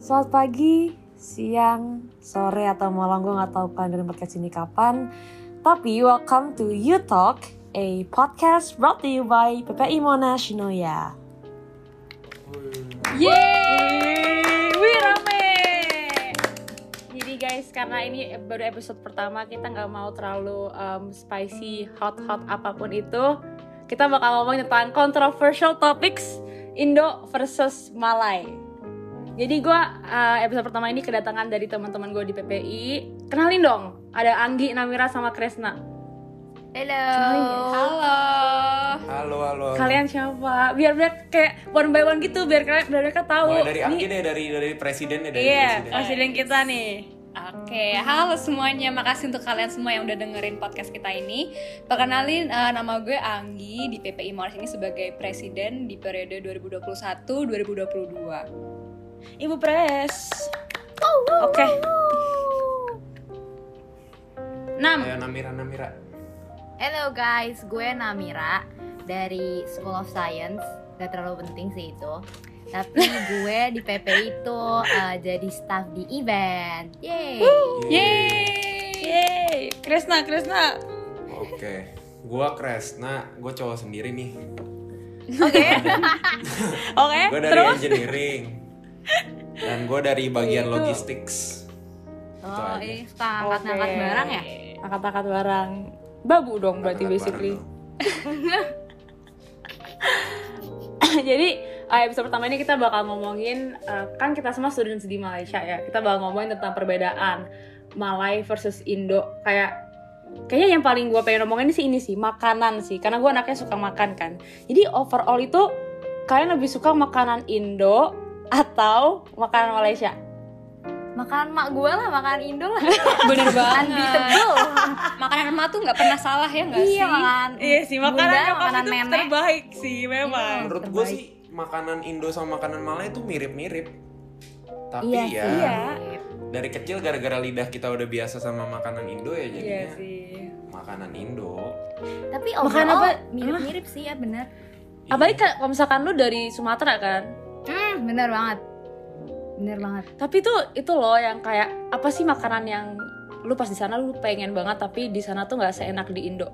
Selamat pagi, siang, sore, atau malam. Gue gak tahu kalian dengerin podcast ini kapan. Tapi welcome to You Talk, a podcast brought to you by PPI Monash Shinoya. Yeay, wih rame. Jadi guys, karena ini baru episode pertama, kita gak mau terlalu spicy, hot apapun itu. Kita bakal ngomongin tentang controversial topics Indo versus Malay. Jadi gue episode pertama ini kedatangan dari teman-teman gue di PPI. Kenalin dong, ada Anggi, Namira, sama Kresna. Halo. Halo. Kalian siapa? Biar kayak one by one gitu, biar mereka tahu. Mulai dari Anggi deh, dari presiden deh, Iya, presiden kita nih. Oke, halo semuanya. Makasih untuk kalian semua yang udah dengerin podcast kita ini. Perkenalin, nama gue Anggi di PPI Monash ini sebagai presiden di periode 2021-2022. Ibu Pres. Oke. Ayo Namira. Hello guys, gue Namira dari School of Science. Gak terlalu penting sih itu. Tapi gue di PPI itu jadi staff di event. Yeay. Kresna. Oke. Gua Kresna, gua cowok sendiri nih. Oke. Gua dari Terus? engineering. Dan gua dari bagian logistics. Oh, ini suka angkat-angkat barang ya? Angkat-angkat barang. Babu dong berarti basically. Jadi episode pertama ini kita bakal ngomongin, kan kita semua students di Malaysia ya. Kita bakal ngomongin tentang perbedaan Malay versus Indo. Kayaknya yang paling gue pengen ngomongin ini sih makanan sih. Karena gue anaknya suka makan kan. Jadi overall itu kalian lebih suka makanan Indo atau makanan Malaysia? Makanan mak gue lah, makanan Indo lah. Bener banget. Unbeatable. Makanan emak tuh nggak pernah salah ya nggak sih? Iya, Iya sih, makanan bunda, nyokap makanan itu nenek. terbaik sih memang. Menurut gua sih makanan Indo sama makanan Malay itu mirip-mirip. Tapi Iya, Iya. dari kecil gara-gara lidah kita udah biasa sama makanan Indo ya jadinya. Iya sih. Makanan Indo. Tapi Makan overall apa? mirip-mirip sih ya, bener. Apalagi kalau misalkan lu dari Sumatera kan. Bener banget. Tapi itu loh yang kayak apa sih makanan yang lu pas di sana lu pengen banget tapi di sana tuh nggak seenak di Indo.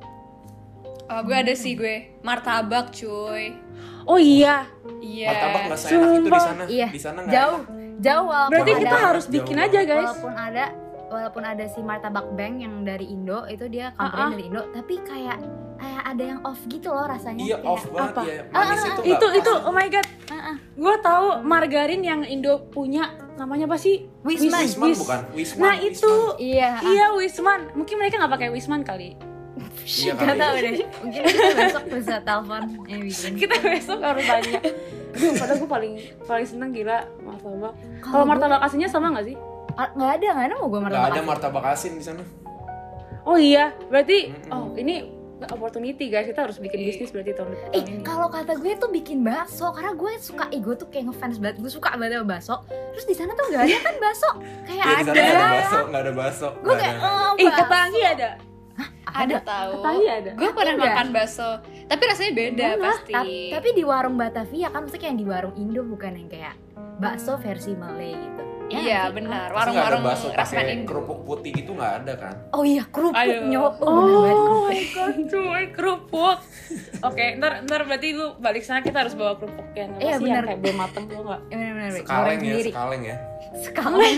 Gue ada sih martabak cuy. Oh iya. Iya. Martabak nggak seenak itu di sana. Iya. Di sana nggak Jauh enak. Berarti walaupun kita ada, harus bikin aja guys. walaupun ada si martabak bank yang dari Indo, itu dia company dari Indo, tapi kayak ada yang off gitu loh rasanya. Iya, kayak, off banget apa? ya. Manis itu Itu oh my god. Gue tahu margarin yang Indo punya namanya apa sih? Wisman. Bukan? Wisman. Nah itu. Iya. Wisman. Mungkin mereka nggak pakai Wisman kali. Iya Gak kali. tau deh. Mungkin kita besok bisa telepon bikin. Kita besok harus tanya. Aduh, padahal gue paling seneng gila martabak. Kalau martabak aslinya sama nggak sih? Nggak ada mau gue Nggak martabak. ada martabak asin di sana. Oh iya, berarti ini opportunity guys, kita harus bikin bisnis berarti tahun ini. Kalau kata gue tuh bikin bakso, karena gue suka, gue tuh kayak ngefans banget, gue suka banget sama bakso. Terus di sana tuh nggak ada kan bakso, kayak Iya, di sana nggak ada bakso. Gue kayak Kata Anggi ada. Ada tahu. Kata Anggi ada. Gue pernah Ada. makan bakso, tapi rasanya beda pasti. Tapi di warung Batavia kan, maksudnya kayak yang di warung Indo, bukan yang kayak bakso versi Malay gitu. Iya benar. Masa nggak ada Warung-warung bakso restoran pakai Indo. kerupuk putih gitu nggak ada kan? Oh iya, kerupuknya. Oh bener banget kerupuk. my god, cuy, kerupuk. Oke, ntar berarti lu balik sana kita harus bawa kerupuk yang apa Iya, sih, bener. yang kayak belum mateng tuh nggak? Bener-bener Sekaleng ya. Sekali.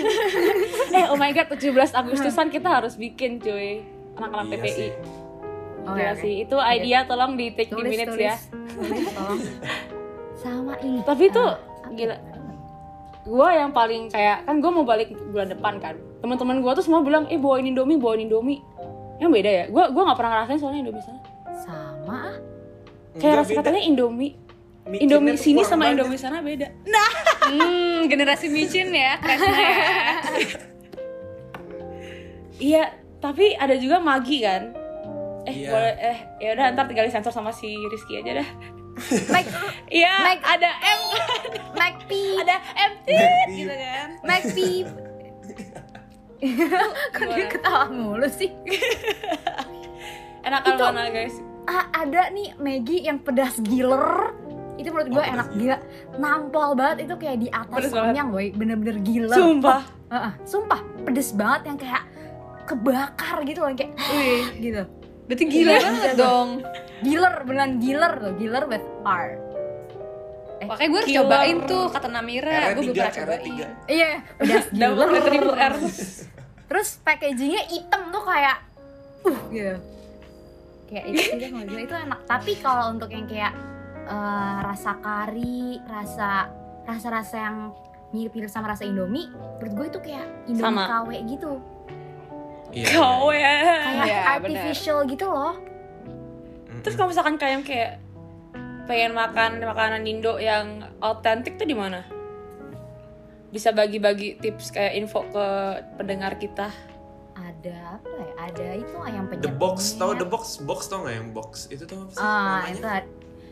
Oh my god, 17 Agustusan kita harus bikin cuy, anak-anak Iya PPI. sih. Oh, Gila iya, sih, itu idea tolong di take di Tulis, minutes ya. Tulis, tolong. Sama ini. Tapi itu gila. Gue yang paling kayak, kan gue mau balik bulan depan kan. Teman-teman gue tuh semua bilang, bawain Indomie. Yang beda ya. Gue nggak pernah ngerasain soalnya Indomie sana. Sama. Kayak rasa katanya Indomie sini sama Indomie sana beda. Generasi micin ya, Kresna ya. Iya, tapi ada juga Maggi kan. Iya. Boleh ya udah ntar tinggal disensor sama si Rizky aja dah. Iya, Mike. ada M, McPee. ada M gitu kan. McPee. Kok dia ketawa mulu sih? Enak Itu- mana guys? Ada nih Maggi yang pedas giler. Itu menurut gue enak gila, nampol banget itu kayak di atas Pedes banget. samyang boy, bener-bener gila. Sumpah. Sumpah pedes banget yang kayak kebakar gitu loh, yang kayak gitu. Berarti gila banget dong. Giler, beneran giler loh, giler with R. Makanya gue harus Killer. cobain tuh kata Namira, gue belum pernah cobain. Iya, udah giler. Double triple R. Terus packagingnya hitam tuh kayak gitu. Kayak itu sih menurut gue itu enak. Tapi kalau untuk yang kayak rasa kari, rasa yang mirip-mirip sama rasa Indomie, menurut gue itu kayak Indomie Sama. KW gitu. Iya. Kau ya. Kayak Iya, artificial gitu loh. Terus kalau misalkan kalian kayak pengen makan makanan Indo yang autentik tuh di mana? Bisa bagi-bagi tips kayak info ke pendengar kita. Ada apa ya? Ada itu ayam penyet. The Box, tau The Box? Box tau gak yang Box? Itu tuh apa sih Itu namanya?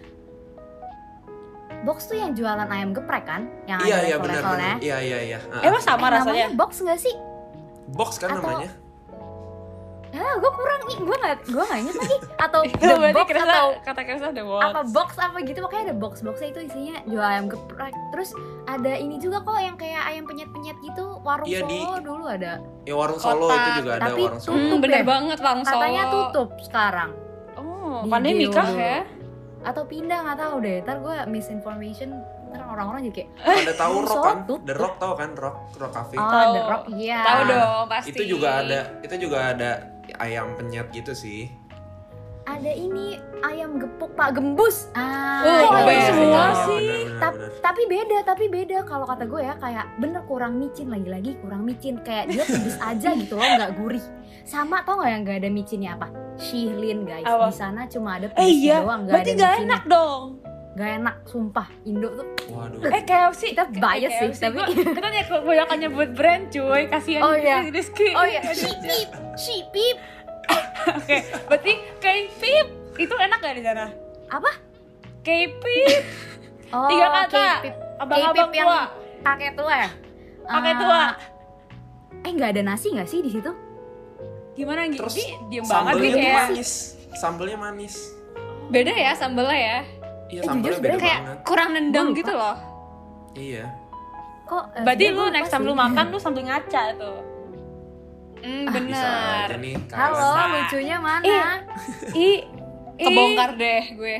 Box tuh yang jualan ayam geprek kan? Yang Iya, ada iya level-levelnya. benar. Iya. Emang sama Namanya rasanya? box nggak sih? Box kan Atau- namanya? Gue kurang nih, gue nggak inget lagi. Atau Itu the berarti box atau kata Krista ada box. apa box apa gitu, makanya ada boxnya itu isinya jual ayam geprek. Terus ada ini juga kok yang kayak ayam penyet gitu, warung Iya, Solo dulu ada. Ya warung Solo Kotak. itu juga ada Tapi warung Solo. tutup Bener ya? banget warung Solo. Katanya tutup sekarang Oh, Di pandemi Dio kah dulu. ya? atau pindah nggak tahu deh. Ntar gue misinformation, ntar orang-orang jadi kayak Ada tahu Warung Rock Solo kan? tutup. The Rock tau kan? Rock Cafe. oh Tahu. The Rock iya. Tahu Nah, dong pasti. Itu juga ada ayam penyet gitu sih. Ada ini ayam gepuk Pak Gembus. Oh, iya, best. iya, semua iya. sih. Benar. Tapi beda kalau kata gue ya, kayak bener kurang micin, lagi-lagi kurang micin, kayak dia pedes aja gitu loh, nggak gurih. Sama tau nggak yang nggak ada micinnya apa? Shihlin guys, Apa? di sana cuma ada pedesnya Iya, doang, nggak berarti ada gak micinnya. enak dong. Gak enak, sumpah. Indo tuh Waduh. KFC kita bias sih, KFC, tapi kita nih kebanyakan nyebut brand cuy, kasihan Oh, iya. Rizky. oh ya, Shipip. Oke, berarti K-pip itu enak gak di sana? Apa? K-pip, Oh, 3 kata. K-pip. Abang-abang K-pip yang tua. kakek tua ya? Kakek tua. Nggak ada nasi nggak sih di situ? Gimana gitu? Terus Diem banget sambelnya nih tuh kayak. manis. Sambelnya manis. Beda ya sambelnya ya. Iya, jujur sambelnya beda sebenarnya Kayak banget. kurang nendang Gua lupa. gitu loh. Iya. Kok? Berarti sebenarnya lu gua next lupa time lu sih. makan lu sambil ngaca tuh. Bisa Bener. aja nih. Halo, Bisa. lucunya mana? Kebongkar deh gue.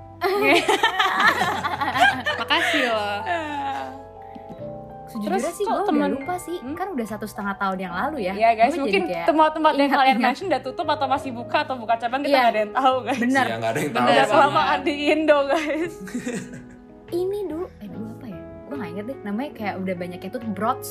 Makasih loh. Sejujurnya Terus sih kok gue udah temen- lupa sih, kan udah 1,5 tahun yang lalu ya. Iya guys, Gua mungkin jadi kayak tempat-tempat yang kalian ingat-ingat. mention udah tutup atau masih buka atau buka cabang kita Iya. nggak ada yang tahu guys. Bener. Iya, nggak ada yang tahu. Bener. Udah sih. kelamaan di Indo guys. Ini dulu apa ya? Gue nggak inget deh. Namanya kayak udah banyak yang tutup Brods.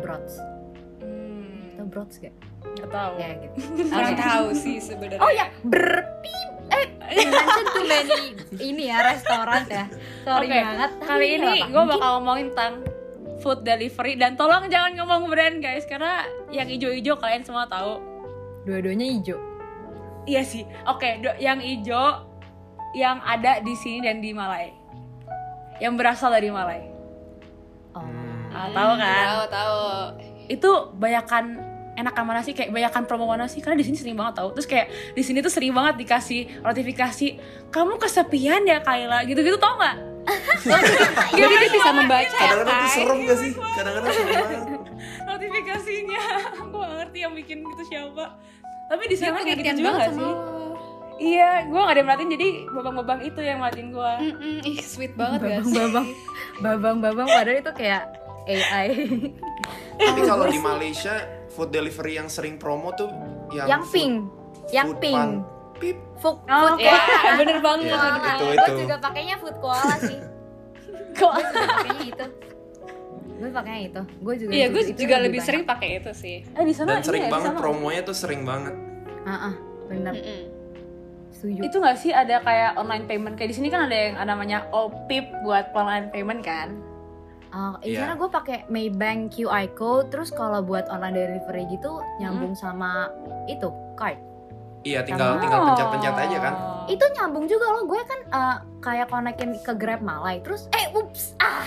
Atau Brods gak? Nggak tahu. Ya gitu. Kurang tahu sih sebenarnya. Oh ya, berpip. Mention too many ini ya restoran ya. Sorry Oke, banget. Tapi kali ini apa? gue bakal ngomongin tentang food delivery dan tolong jangan ngomong brand guys karena yang ijo-ijo kalian semua tahu. Dua-duanya hijau. Iya sih. Oke, yang ijo yang ada di sini dan di Malai. Yang berasal dari Malai. Oh. Tahu kan? Tahu. Itu banyakan enakan mana sih, kayak banyakan promo mana sih, karena di sini sering banget tahu. Terus kayak di sini tuh sering banget dikasih notifikasi kamu kesepian ya Kayla gitu-gitu, tau nggak? Jadi dia bisa membaca ya. Kadang-kadang tuh Kai? serem gak sih? Kadang-kadang serem banget. Notifikasinya gue gak ngerti yang bikin gitu siapa, tapi di sana kayak gitu Pengertian juga banget nggak sama sih? lo. Iya, gue gak ada yang merhatiin, jadi babang-babang itu yang merhatiin gue. Ih sweet banget gak sih? Babang padahal itu kayak AI. Tapi kalau di Malaysia food delivery yang sering promo tuh yang pink. Yang food pink. pan- pip. Food Oh, Ya, koala. bener banget. Iya. Gue itu. juga pakainya food koala sih. Kok? Pakainya itu. Gue pakainya itu. Gue juga. Iya, gue itu juga lebih banyak. sering pakai itu sih. Di sana Dan sering iya, di banget sana. promonya tuh sering banget. Bener. Setuju. Itu nggak sih ada kayak online payment, kayak di sini kan ada yang namanya OPIP buat online payment kan? Di sana gue pakai Maybank QI code. Terus kalau buat online delivery gitu nyambung sama itu card. Iya, tinggal pencet-pencet aja kan. Itu nyambung juga loh. Gue kan kayak konekin ke Grab Malai. Terus ups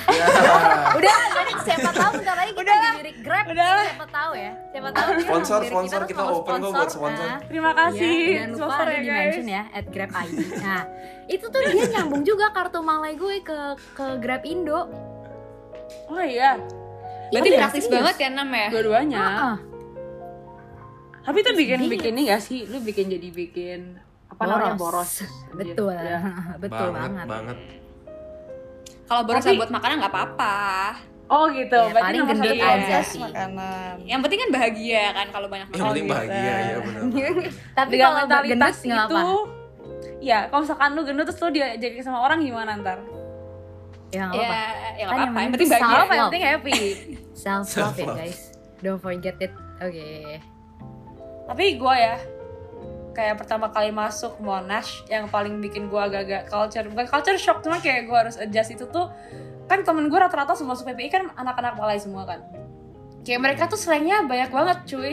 Ya. Udah, jadi siapa tahu bentar lagi kita dilirik Grab. Siapa tahu ya. Siapa tahu dia Sponsor, mau sponsor, lirik kita terus mau open kok buat sponsor. Terima kasih. Iya, jangan lupa Sponsor ada ya, di guys. mention ya @Grab ID. Nah, itu tuh dia nyambung juga kartu Malay gue ke Grab Indo. Oh iya, Berarti Iya, praktis serius. banget ya Nam ya. dua-duanya. Heeh. Tapi itu bikin Sedih. ini gak sih? Lu bikin apa namanya boros. Betul. Ya. Betul banget. banget. Kalau boros Tapi- buat makanan nggak apa-apa. Oh gitu. Ya, Berarti paling nomor gendut satu aja kualitas sih. makanan. Yang penting kan bahagia kan kalau banyak Yang makanan. penting gitu. bahagia ya benar. Tapi Dengan kalau gendut mentalitas nggak itu, apa. ya kalau misalkan lu gendut terus lu diajakin sama orang gimana ntar? Ya nggak Ya, apa. ya nggak Kan apa-apa. Yang yang penting penting bahagia. Apa yang penting happy. Self love ya Self-love. guys. Don't forget it. Oke. Tapi gue ya kayak pertama kali masuk Monash yang paling bikin gue agak-agak bukan culture shock, cuma kayak gue harus adjust itu tuh kan temen gue rata-rata semua masuk PPI kan anak-anak Malay semua kan. Kayak mereka tuh slangnya banyak banget cuy.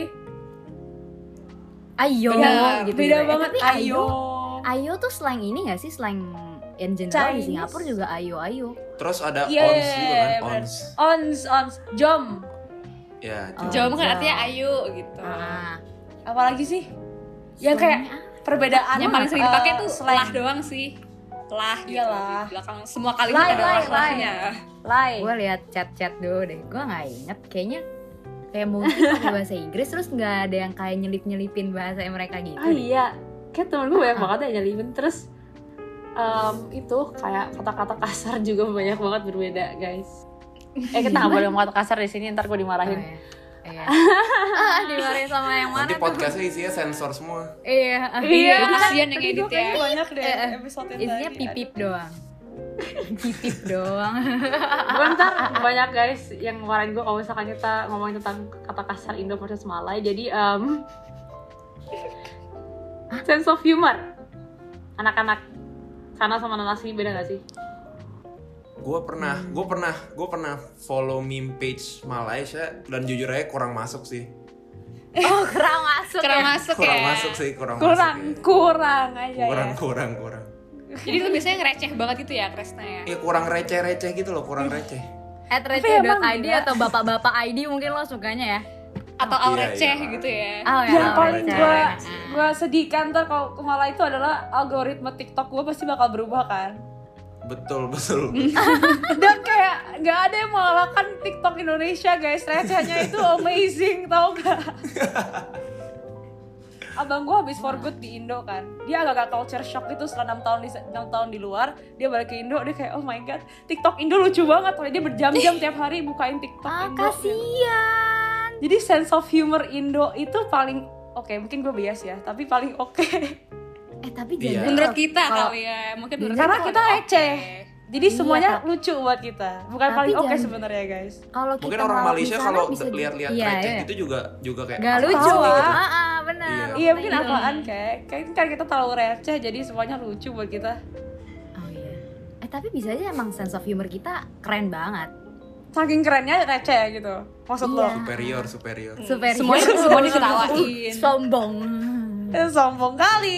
Ayo Beda, gitu. beda ya. banget. Tapi Ayo. Ayo tuh slang ini nggak sih, slang in general di Chinese. Singapura juga ayo. Terus ada Iya, ons juga kan, bener. ons. Ons, jom. Ya, Oh. Jawab kan Jawab. artinya ayo gitu. Ah, Apalagi sih? Yang kayak slangnya perbedaan Yang paling sering dipakai tuh slang. lah doang sih. Lah gitu. Iyalah. Di belakang semua kalimat Lai, ada lai, lah-lahnya. Lai. gue lihat chat dulu deh, gue nggak inget, kayaknya kayak mungkin pakai bahasa Inggris terus nggak ada yang kayak nyelipin bahasa mereka gitu. Ah iya, kayak temen gue banyak banget yang nyelipin. Terus itu kayak kata-kata kasar juga banyak banget berbeda guys. Kita nggak boleh ngomong kata kasar di sini, ntar gue Oh, dimarahin. iya. Dimarahin sama yang mana Nanti tuh? podcastnya isinya sensor semua. Iya. Iya, Kasian yang tadi edit gue kayaknya ya. banyak deh episode Isinya tadi. pipip doang. Pipip doang. Gue ntar banyak guys yang ngarahin gue kalau misalkan kita ngomongin tentang kata kasar Indo versus Malay. Jadi sense of humor anak-anak sana sama Nanasi beda gak sih? Gue pernah follow meme page Malaysia dan jujur aja kurang masuk sih. Oh, kurang masuk Kurang ya. masuk Kurang ya. masuk sih, kurang Kurang masuk. aja ya. Kurang. Jadi tuh biasanya ngereceh banget gitu ya Kresna ya. Ya kurang receh gitu loh, kurang receh. @receh.id gila. atau bapak-bapak ID mungkin lo sukanya ya. Atau al Iya, receh iya. gitu ya. Oh ya. Yang paling receh. gue sedihkan ntar kalau ke Malay itu adalah algoritma TikTok gue pasti bakal berubah kan. Betul. Dan kayak nggak ada yang mengalahkan TikTok Indonesia guys, recehnya itu amazing, tau gak? Abang gue habis for good di Indo kan, dia agak-agak culture shock gitu setelah 6 tahun di luar, dia balik ke Indo, dia kayak oh my god, TikTok Indo lucu banget, dia berjam-jam tiap hari bukain TikTok Indo. Kasian. Jadi sense of humor Indo itu paling oke, mungkin gue bias ya, tapi paling oke. Tapi Iya. jangan Menurut kita kalau- kali ya. Mungkin menurut Karena kita kita udah receh. oke. Jadi Iya, semuanya Kak. lucu buat kita, bukan Tapi paling oke jangan- sebenarnya guys. kalau kita Mungkin orang ngelawak Malaysia di sana kalau bisa di- lihat-lihat iya, receh iya. gitu juga kayak Gak apaan lucu. sih gitu. Benar. Iya. Iya mungkin apaan kayak kan kita terlalu receh jadi semuanya lucu buat kita. Oh iya. Tapi bisa aja emang sense of humor kita keren banget. Saking kerennya receh gitu. Maksud lo? Iya. Superior. Superior. Semua diketawain. Sombong. Sombong kali.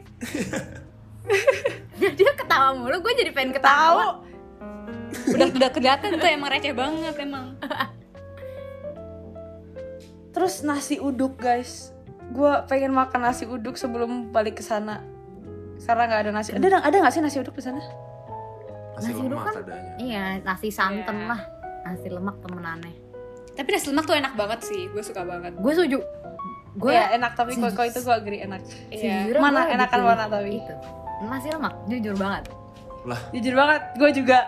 Dia ketawa mulu, gue jadi pengen Tahu. ketawa. Udah kelihatan tuh emang receh banget emang. Terus nasi uduk guys. Gue pengen makan nasi uduk sebelum balik ke sana. Karena nggak ada nasi. Ada nggak sih nasi uduk di sana? Nasi Nasi uduk lemak kan- adanya. Iya, nasi santen Iya. lah. Nasi lemak temenannya. Tapi nasi lemak tuh enak banget sih. Gue suka banget. Gue setuju. Gue Iya enak tapi kalau itu gue agree enak. Iya. sejujurnya Mana gue enakan lebih mana tapi? pilih itu. Nasi lemak, jujur banget. Jujur banget, gue juga.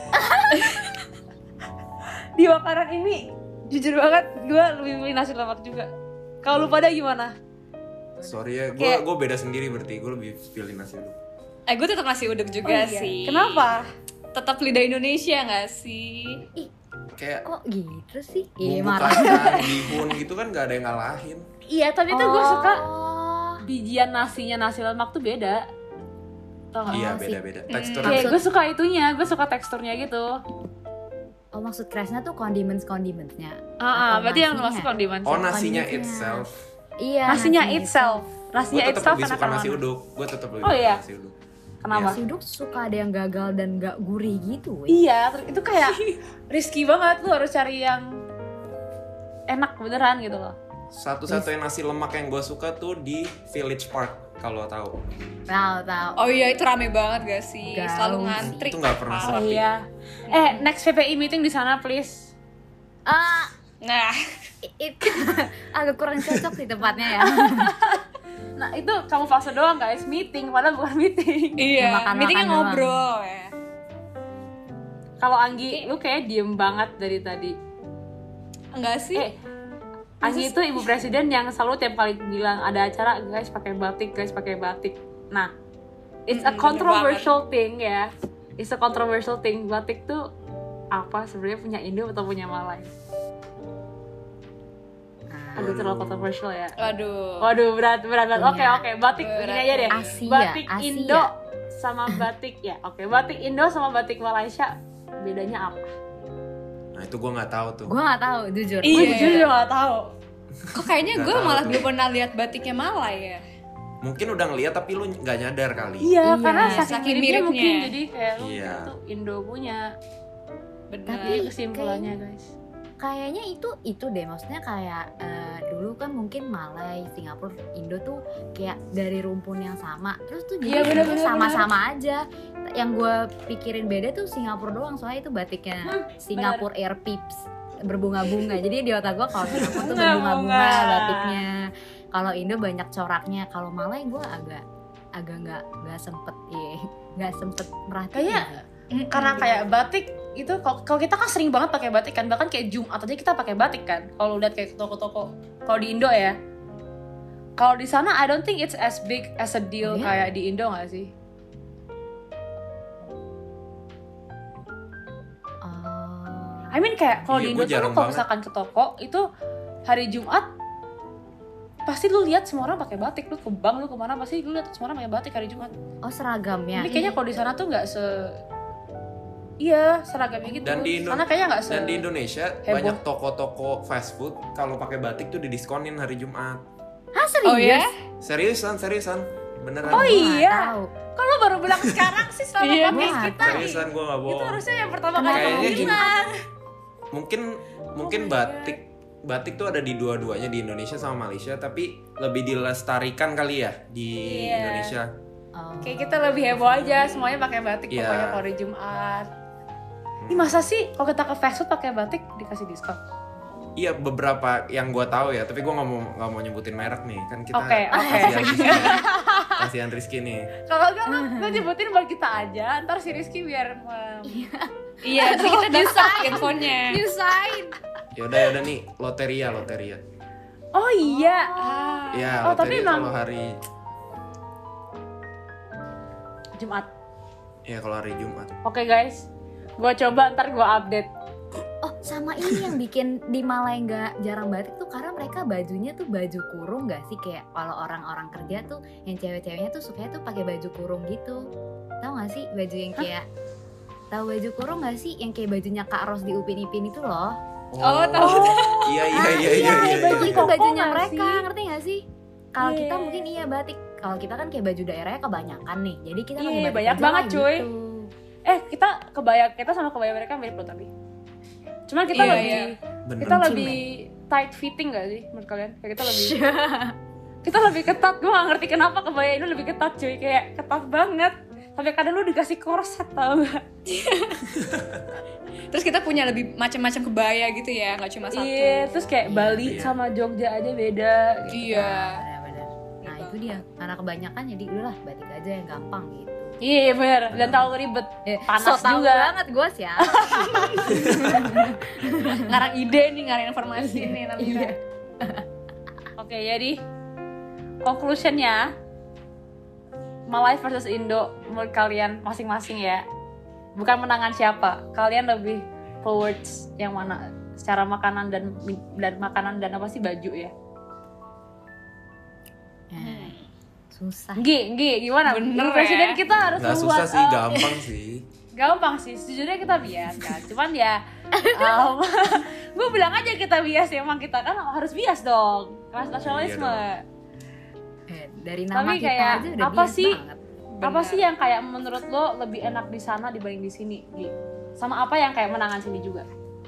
Di makanan ini, jujur banget, gue lebih milih nasi lemak juga. Kalau lu pada gimana? Sorry ya, Kayak- gue beda sendiri berarti. Gue lebih pilih nasi uduk. Gue tetap nasi uduk juga iya. sih. Kenapa? Tetap lidah Indonesia nggak sih? Kayak Kok gitu sih? bumbu marah. kacang, bihun gitu kan gak ada yang ngalahin. Iya, tapi itu gue suka Oh. bijian nasinya nasi lemak tuh beda. Tau gak? Iya sih. beda-beda. Teksturnya Kayak Maksud- gue suka itunya, gue suka teksturnya gitu. Oh, maksud Kresna tuh condimentsnya. Berarti yang nasinya? masuk kondimen. oh nasinya Kondimennya. itself. Iya. Nasinya nasinya itself. Gue Nasinya tetap itself lebih suka enakan nasi mana? uduk. Gue tetap lebih Oh, suka iya? nasi uduk. Kenapa? Nasi uduk suka ada yang gagal dan gak gurih gitu. Iya, itu kayak risky banget, lu harus cari yang enak beneran gitu loh. Satu-satunya nasi lemak yang gue suka tuh di Village Park, kalau tahu. Tahu. Oh iya, itu rame banget gak sih? Gaul Selalu sih. ngantri. Itu nggak pernah Ah. sepi. Iya. Next PPI meeting di sana please. Nah, Itu agak kurang cocok sih tempatnya ya. Nah itu kamu fase doang guys, meeting padahal bukan meeting. iya, Makan-makan meetingnya doang. ngobrol ya. Kalau Anggi, lu kayak diem banget dari tadi. Enggak sih? Anggi itu ibu presiden yang selalu tiap kali bilang ada acara guys pakai batik, guys pakai batik. Nah, it's a Bener controversial thing ya. It's a controversial thing. Batik tuh apa sebenarnya, punya Indo atau punya Malay? Aduh terlalu controversial ya. Waduh berat. Oke, batik Berat. gini aja deh. Asia, Batik Asia. Indo sama batik ya. Oke, batik Indo sama batik Malaysia bedanya apa? Nah itu gue nggak tahu tuh. Gue gak tahu jujur. Iya. Gue jujur juga gak tahu. Kok kayaknya Nggak gue tahu malah tuh. belum pernah lihat batiknya Malay ya. Mungkin udah ngeliat tapi lu nggak nyadar kali. Iya, Iya, karena saking saking miripnya miripnya. mungkin jadi kayak lu Iya. kira tuh Indo punya. Bener. Tapi Kesimpulannya guys. Kayaknya itu deh, maksudnya kayak dulu kan mungkin Malay, Singapura, Indo tuh kayak dari rumpun yang sama. Terus tuh Iya, jadi bener. sama-sama aja. Yang gue pikirin beda tuh Singapura doang, soalnya itu batiknya Singapore Air Pips berbunga-bunga. Jadi di otak gue kalau Singapura tuh berbunga-bunga batiknya. Kalau Indo banyak coraknya. Kalau Malay gue agak nggak sempet merhatiin. Kayak karena kayak batik itu kalau kita kan sering banget pakai batik kan, bahkan kayak Jumat aja kita pakai batik kan. Kalau lihat kayak toko-toko kalau di Indo ya. Kalau di sana I don't think it's as big as a deal Iya. kayak di Indo nggak sih? I mean kayak kalau Iya, di gua Indo tuh lu jarang kalau banget. misalkan ke toko itu hari Jumat pasti lu lihat semua orang pakai batik. Lu ke bank, lu kemana pasti lu lihat semua orang pakai batik hari Jumat. Oh seragamnya. Tapi kayaknya kalau di sana tuh nggak iya seragamnya gitu. Dan di sana kayaknya nggak Dan di Indonesia heboh. banyak toko-toko fast food kalau pakai batik tuh didiskonin hari Jumat. Hah serius? Oh ya? Seriusan, beneran. Oh Gua nggak iya. tahu. Kalau baru bilang sekarang sih selama Iya, podcast gua kita nih. Seriusan gue nggak Itu bohong. harusnya yang pertama kali Kayaknya kamu gini. bilang. Mungkin batik tuh ada di dua-duanya di Indonesia sama Malaysia, tapi lebih dilestarikan kali ya di Iya. Indonesia. Oh. Kayak kita lebih heboh aja, semuanya pakai batik Iya. pokoknya kalau hari Jumat. Ini masa sih kalau kita ke fast food pakai batik dikasih diskon? Iya beberapa yang gue tahu ya, tapi gue nggak mau nyebutin merek nih, kan kita Oke. kasihan Rizky nih. Kalau enggak lu nyebutin buat kita aja, ntar si Rizky biar Iya, nanti kita dapat infonya. Nyusahin. Yaudah nih, loteria. Oh iya. Ya Oh, tapi loteria emang- kalau hari Jumat. kalau hari Jumat. Oke guys, gua coba ntar gua update. Oh sama ini yang bikin di Malay nggak jarang batik tuh karena mereka bajunya tuh baju kurung nggak sih, kayak kalau orang-orang kerja tuh yang cewek-ceweknya tuh sukanya tuh pakai baju kurung gitu. Tahu nggak sih baju yang kayak tahu baju kurung nggak sih yang kayak bajunya Kak Ros di Upin Ipin itu loh. Oh, tahu. Iya. baju Itu koko bajunya nggak mereka, sih? ngerti nggak sih? Kalau Iya. kita mungkin iya batik. Kalau kita kan kayak baju daerahnya kebanyakan nih. Jadi kita pakai Iya, batik banyak aja banget, lah cuy. gitu. Kita sama kebaya mereka mirip loh tapi. Cuman kita Iya, lebih iya. Bener. kita lebih tight fitting gak sih menurut kalian? Kayak kita lebih ketat. Gue gak ngerti kenapa kebaya ini lebih ketat cuy, kayak ketat banget. Sampai kadang lu dikasih korset tau gak? Terus kita punya lebih macam-macam kebaya gitu ya, nggak cuma satu. Iya, terus kayak Bali Iya. sama Jogja aja beda gitu. Iya. Benar-benar. Nah itu dia. Karena kebanyakan jadi udahlah batik aja yang gampang gitu. Iya bener, dan terlalu ribet. Panas so tahu juga. banget gue sih ya. Ngarang ide nih, ngarang informasi nih namanya. Oke, jadi conclusionnya Malay versus Indo menurut kalian masing-masing ya. Bukan menangan siapa. Kalian lebih towards yang mana? Secara makanan dan makanan dan apa sih baju ya? Susah. Nggi, gimana? Bener Presiden ya? kita harus Nggak membuat susah sih, gampang sih. gampang sih. Sejujurnya kita bias kan. Cuman ya gue bilang aja kita bias ya. Emang kita kan harus bias dong. Kelas nasionalisme. Iya Dari nama Tapi kita kayak aja udah apa bias sih? banget. Apa Benar. sih yang kayak menurut lo lebih enak di sana dibanding di sini? Sama apa yang kayak menangan sini juga?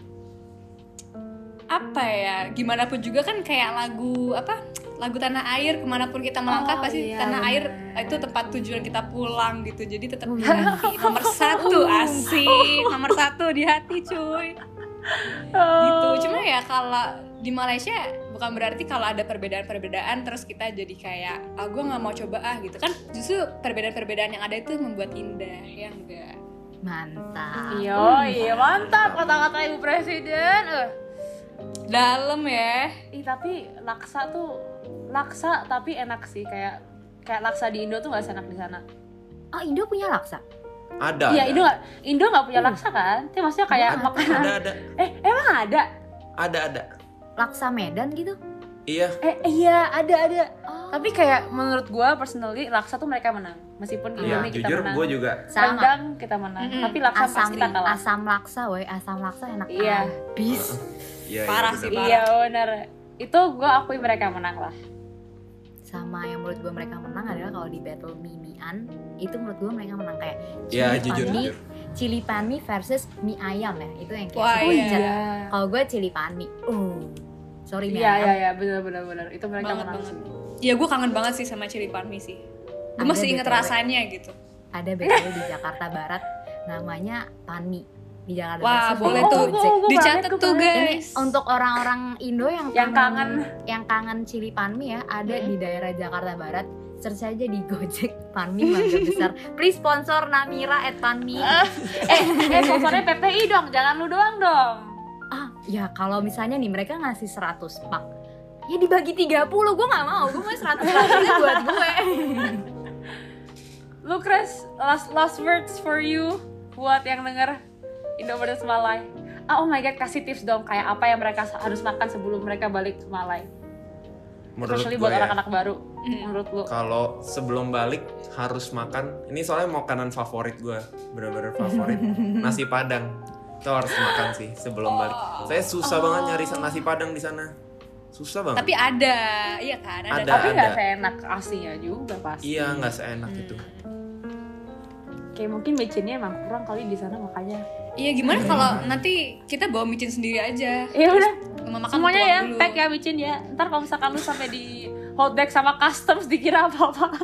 Apa ya, gimana pun juga kan kayak lagu tanah air, kemanapun kita melangkah pasti iya, tanah bener. air itu tempat tujuan kita pulang gitu, jadi tetap di hati nomor satu. Asik, nomor satu di hati cuy gitu. Cuma ya kalau di Malaysia bukan berarti kalau ada perbedaan-perbedaan terus kita jadi kayak gue nggak mau coba gitu kan, justru perbedaan-perbedaan yang ada itu membuat indah, ya enggak? Mantap. Iya, mantap kata-kata Ibu Presiden. Dalam ya. Tapi laksa tapi enak sih, kayak laksa di Indo tuh nggak seenak di sana. Oh, Indo punya laksa? Ada. Iya, Indo nggak punya laksa kan? Itu maksudnya kayak makanan. Ada. Emang ada? Ada. Laksa Medan gitu? Iya. Iya, ada. Oh. Tapi kayak menurut gua personally laksa tuh mereka menang. Meskipun Iya, Indomie kita jujur menang. gue juga. Sama. Rendang kita menang. Tapi laksa Asam pasti kita kalah. asam laksa, asam laksa enak Iya. habis. Iya, Parah iya, sih, bener. Iya benar. Itu gue akui mereka menang lah. Sama yang menurut gue mereka menang adalah kalau di battle mie-mian, itu menurut gue mereka menang kayak Iya, jujur. Cili pani versus mie ayam ya. Itu yang kayak Wah, super iya. jet. Kalau gue cili pani. Sorry mie Iya ayam. benar. Itu mereka Banget, menang banget. sih. Ya gue kangen banget sih sama cili pan mie sih. Gue Ada masih inget BTW. rasanya gitu. Ada BTW di Jakarta Barat namanya pani. Di Jakarta Wah, Barat. boleh Gojek. tuh. gua Dicatat banget, tuh gua Ini guys. untuk orang-orang Indo yang kangen cili pan mie ya, ada di daerah Jakarta Barat. Search aja di Gojek Panmi Mangga Besar. Please sponsor Namira at Panmi. Sponsornya PPI dong, jangan lu doang dong. Ya kalau misalnya nih mereka ngasih 100 pak, ya dibagi 30, gue gak mau. Gue mau 100 buat gue. Lu Chris, last words for you buat yang denger Indo versus Malay. Oh my god, kasih tips dong kayak apa yang mereka harus makan sebelum mereka balik ke Malay. Menurut Especially gue buat ya, anak-anak baru. Menurut lu? kalau sebelum balik harus makan. Ini soalnya makanan favorit gue, bener-bener favorit. Nasi Padang. Itu harus makan sih sebelum balik. Saya susah banget nyari nasi Padang di sana. Susah banget. Tapi ada, iya kan? Ada. Tapi nggak seenak aslinya juga pasti. Iya, nggak seenak itu. Kayak mungkin micinnya emang kurang kali di sana makanya. Iya, gimana kalau nanti kita bawa micin sendiri aja. Iya udah. Rumah makan Semuanya tuang ya, dulu. pack ya micin ya. Ntar kalau misalkan lu sampai di hold back sama customs dikira apa-apa.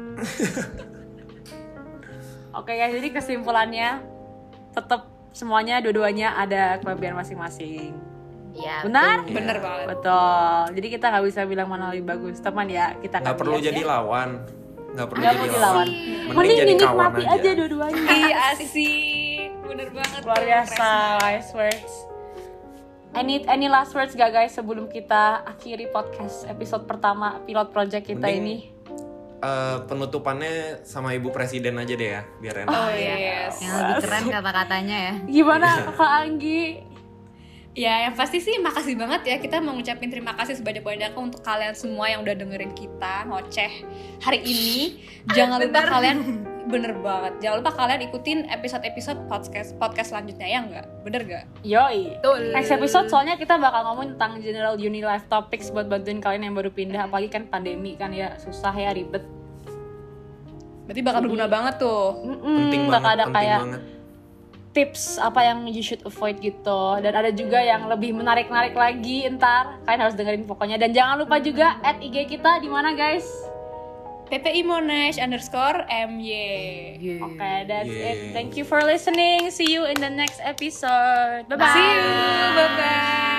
Oke guys, jadi kesimpulannya tetap semuanya dua-duanya ada kelebihan masing-masing. Ya, Benar? betul. Bener banget. Betul. Jadi kita nggak bisa bilang mana lebih bagus. Teman ya, kita Nggak akan perlu bias jadi ya. lawan. Nggak perlu Nggak jadi perlu lawan. dilawan. Mending jadi kawan dinikmati aja. aja dua-duanya. Iya asik, bener banget. Luar tuh, biasa, Kresna. last words. Any last words gak guys sebelum kita akhiri podcast episode pertama pilot project kita Mending- ini? Penutupannya sama Ibu Presiden aja deh ya, biar enak. Oh yes. Yang lebih keren kata-katanya ya. Gimana Kakak Anggi? Ya, yang pasti sih makasih banget ya, kita mau ngucapin terima kasih sebanyak-banyaknya untuk kalian semua yang udah dengerin kita ngoceh hari ini. Jangan lupa kalian, bener banget, jangan lupa kalian ikutin episode-episode podcast selanjutnya, ya nggak? Bener nggak? Yoi. Betul. Next episode soalnya kita bakal ngomong tentang general uni life topics buat bantuin kalian yang baru pindah, apalagi kan pandemi kan ya, susah ya, ribet. Berarti bakal berguna banget tuh. Penting bakal banget, ada penting kayak banget. tips apa yang you should avoid gitu, dan ada juga yang lebih menarik-narik lagi. Ntar kalian harus dengerin pokoknya, dan jangan lupa juga add IG kita di mana guys? PPI Monash_MY. Oke, that's Yeah. it. Thank you for listening. See you in the next episode. Bye bye. See you, bye bye.